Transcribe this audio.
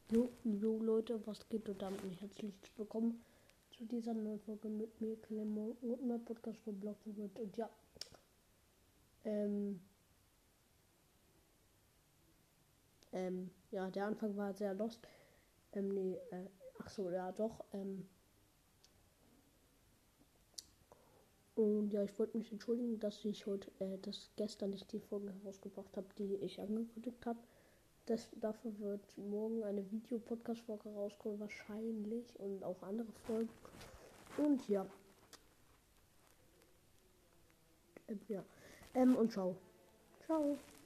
Jo Leute, was geht und damit herzlich willkommen zu dieser neuen Folge mit mir, Clemmo, und mein Podcast von Blog wird. Und ja, ja, der Anfang war sehr lost. Ach so, ja doch. Und ja, ich wollte mich entschuldigen, dass ich dass gestern nicht die Folge herausgebracht habe, die ich angekündigt habe. Dafür wird morgen eine Videopodcast-Folge rauskommen, wahrscheinlich, und auch andere Folgen. Und ja, ja. Und ciao. Ciao.